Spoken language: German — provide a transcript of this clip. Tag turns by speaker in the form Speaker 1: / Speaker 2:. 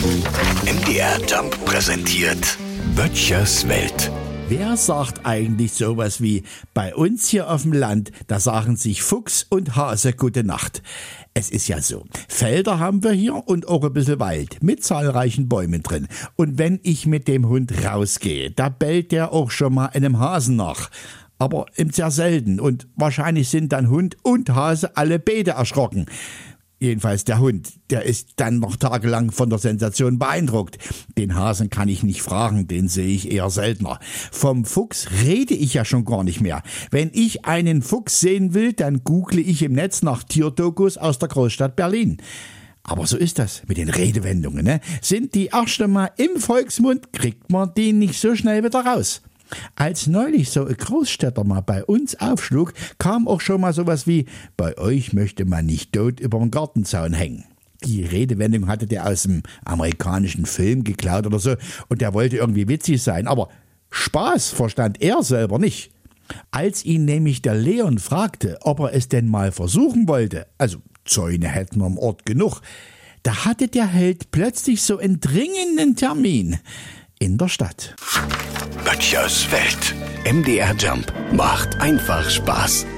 Speaker 1: MDR Jump präsentiert Böttchers Welt.
Speaker 2: Wer sagt eigentlich sowas wie, bei uns hier auf dem Land, da sagen sich Fuchs und Hase gute Nacht. Es ist ja so, Felder haben wir hier und auch ein bisschen Wald mit zahlreichen Bäumen drin. Und wenn ich mit dem Hund rausgehe, da bellt der auch schon mal einem Hasen nach. Aber sehr selten und wahrscheinlich sind dann Hund und Hase alle beide erschrocken. Jedenfalls der Hund, der ist dann noch tagelang von der Sensation beeindruckt. Den Hasen kann ich nicht fragen, den sehe ich eher seltener. Vom Fuchs rede ich ja schon gar nicht mehr. Wenn ich einen Fuchs sehen will, dann google ich im Netz nach Tierdokus aus der Großstadt Berlin. Aber so ist das mit den Redewendungen, ne? Sind die erst einmal im Volksmund, kriegt man die nicht so schnell wieder raus. Als neulich so ein Großstädter mal bei uns aufschlug, kam auch schon mal sowas wie, bei euch möchte man nicht tot über den Gartenzaun hängen. Die Redewendung hatte der aus dem amerikanischen Film geklaut oder so und der wollte irgendwie witzig sein, aber Spaß verstand er selber nicht. Als ihn nämlich der Leon fragte, ob er es denn mal versuchen wollte, also Zäune hätten wir am Ort genug, da hatte der Held plötzlich so einen dringenden Termin in der Stadt.
Speaker 1: Böttchers Welt. MDR Jump macht einfach Spaß.